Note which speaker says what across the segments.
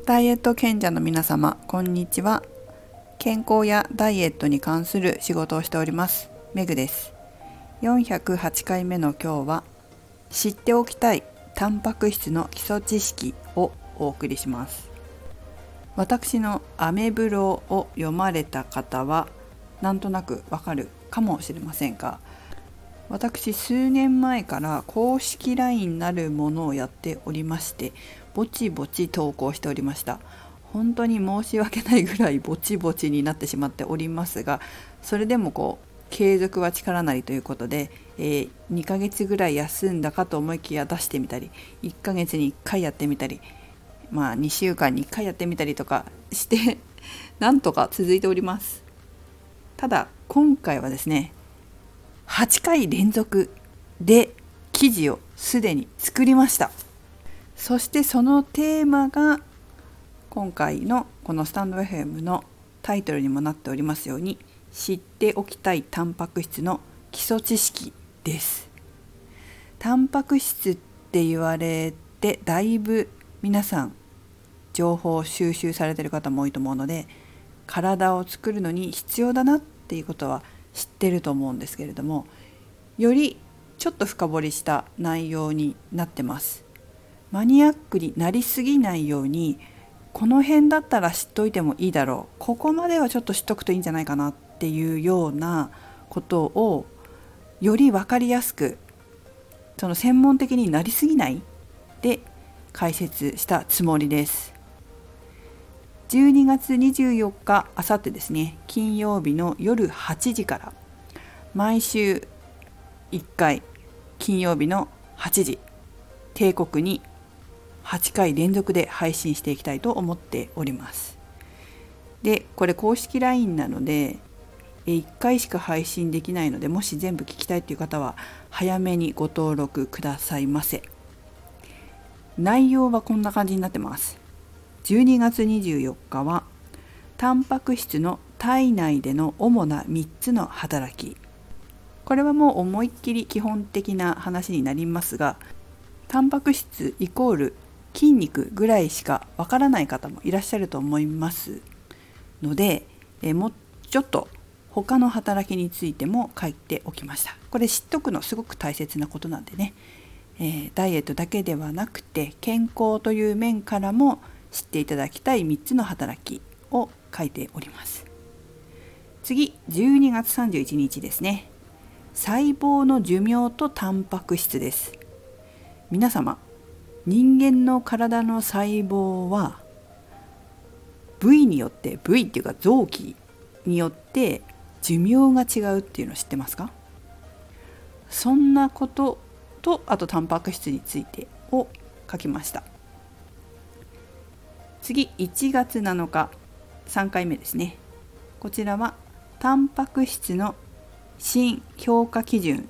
Speaker 1: ダイエット賢者の皆様、こんにちは。健康やダイエットに関する仕事をしておりますメグです。408回目の今日は、知っておきたいタンパク質の基礎知識をお送りします。私のアメブロを読まれた方はなんとなくわかるかもしれませんが、私数年前から公式 LINE なるものをやっておりまして、ぼちぼち投稿しておりました。本当に申し訳ないぐらいぼちぼちになってしまっておりますが、それでも継続は力なりということで、2ヶ月ぐらい休んだかと思いきや出してみたり、1ヶ月に1回やってみたり、2週間に1回やってみたりとかしてなんとか続いております。ただ今回はですね、8回連続で記事をすでに作りました。そしてそのテーマが今回のこのスタンド FM のタイトルにもなっておりますように、知っておきたいタンパク質の基礎知識です。タンパク質って言われてだいぶ皆さん情報を収集されている方も多いと思うので、体を作るのに必要だなっていうことは知ってると思うんですけれども、よりちょっと深掘りした内容になってます。マニアックになりすぎないように、この辺だったら知っといてもいいだろう、ここまではちょっと知っとくといいんじゃないかなっていうようなことをより分かりやすく、その専門的になりすぎないで解説したつもりです。12月24日、あさってですね、金曜日の夜8時から毎週1回金曜日の8時、定刻に8回連続で配信していきたいと思っております。で、これ公式 LINE なので1回しか配信できないので、もし全部聞きたいという方は早めにご登録くださいませ。内容はこんな感じになってます。12月24日はタンパク質の体内での主な3つの働き。これはもう思いっきり基本的な話になりますが、タンパク質イコール筋肉ぐらいしかわからない方もいらっしゃると思いますので、もうちょっと他の働きについても書いておきました。これ知っとくのすごく大切なことなんでね、ダイエットだけではなくて健康という面からも知っていただきたい3つの働きを書いております。次、12月31日ですね。細胞の寿命とタンパク質です。皆様、人間の体の細胞は部位によって、部位っていうか臓器によって寿命が違うっていうのを知ってますか？そんなことと、あとタンパク質についてを書きました。次、1月7日、3回目ですね。こちらはタンパク質の新評価基準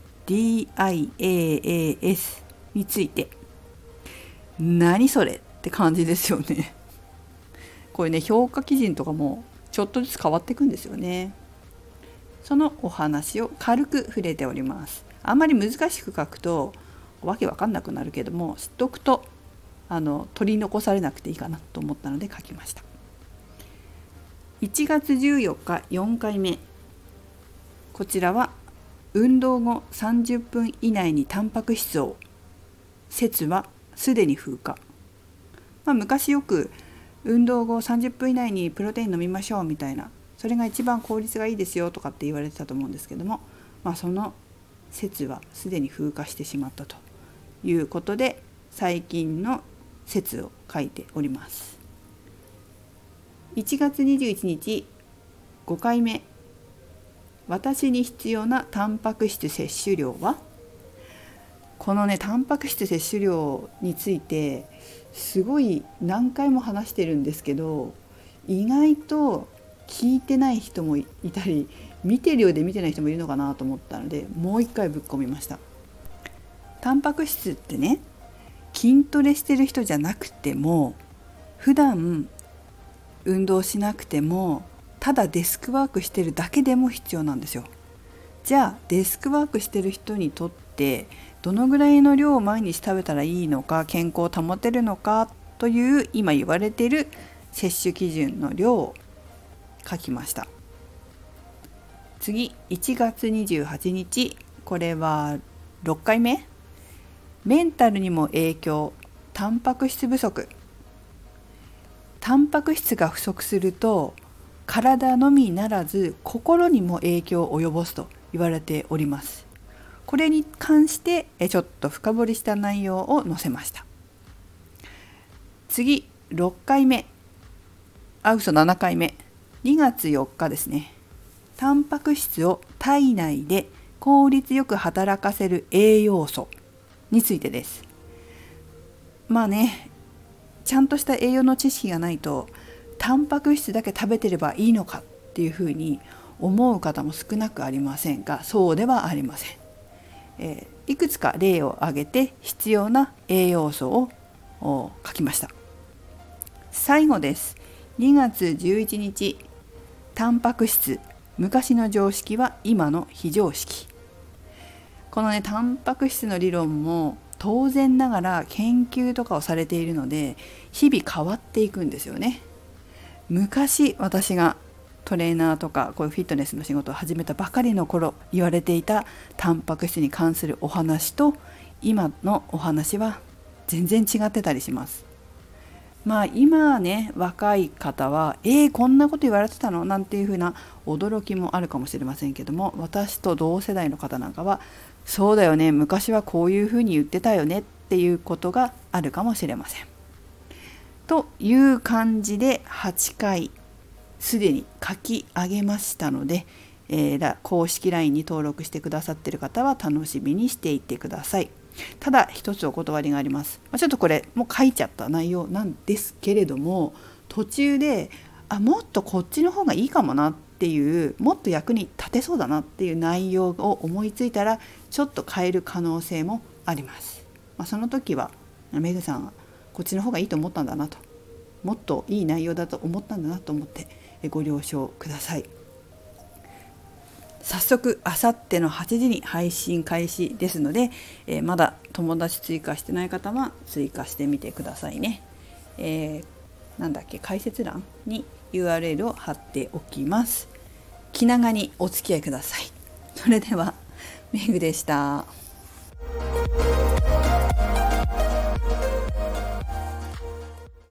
Speaker 1: DIAAS について。何それって感じですよね。これね、評価基準とかもちょっとずつ変わっていくんですよね。そのお話を軽く触れております。あんまり難しく書くとわけわかんなくなるけども、知っておくと取り残されなくていいかなと思ったので書きました。1月14日4回目。こちらは運動後30分以内にタンパク質を、説はすでに風化。昔よく運動後30分以内にプロテイン飲みましょうみたいな、それが一番効率がいいですよとかって言われてたと思うんですけども、その説はすでに風化してしまったということで、最近の説を書いております。1月21日5回目。私に必要なタンパク質摂取量は？このね、タンパク質摂取量についてすごい何回も話してるんですけど、意外と聞いてない人もいたり、見てるようで見てない人もいるのかなと思ったので、もう一回ぶっ込みました。タンパク質ってね、筋トレしてる人じゃなくても、普段運動しなくても、ただデスクワークしてるだけでも必要なんですよ。じゃあデスクワークしてる人にとってどのぐらいの量を毎日食べたらいいのか、健康を保てるのかっという今言われている摂取基準の量を書きました。次、1月28日、これは6回目。メンタルにも影響、タンパク質不足。タンパク質が不足すると体のみならず心にも影響を及ぼすと言われております。これに関してちょっと深掘りした内容を載せました。次、6回目、7回目、2月4日ですね。タンパク質を体内で効率よく働かせる栄養素についてです。ちゃんとした栄養の知識がないとタンパク質だけ食べてればいいのかっていうふうに思う方も少なくありませんが、そうではありません。いくつか例を挙げて必要な栄養素を書きました。最後です。2月11日、タンパク質、昔の常識は今の非常識。このタンパク質の理論も当然ながら研究とかをされているので日々変わっていくんですよね。昔私がトレーナーとかこういうフィットネスの仕事を始めたばかりの頃言われていたタンパク質に関するお話と今のお話は全然違ってたりします。今若い方はこんなこと言われてたのなんていう風な驚きもあるかもしれませんけども、私と同世代の方なんかはそうだよね、昔はこういう風に言ってたよねっていうことがあるかもしれません。という感じで8回すでに書き上げましたので、公式 LINE に登録してくださっている方は楽しみにしていてください。ただ一つお断りがあります。ちょっとこれもう書いちゃった内容なんですけれども、途中でもっとこっちの方がいいかもなっていう、もっと役に立てそうだなっていう内容を思いついたらちょっと変える可能性もあります。その時はメグさんはこっちの方がいいと思ったんだなと、もっといい内容だと思ったんだなと思ってご了承ください。早速あさっての8時に配信開始ですので、まだ友達追加してない方は追加してみてくださいね。解説欄に URL を貼っておきます。気長にお付き合いください。それではメグでした。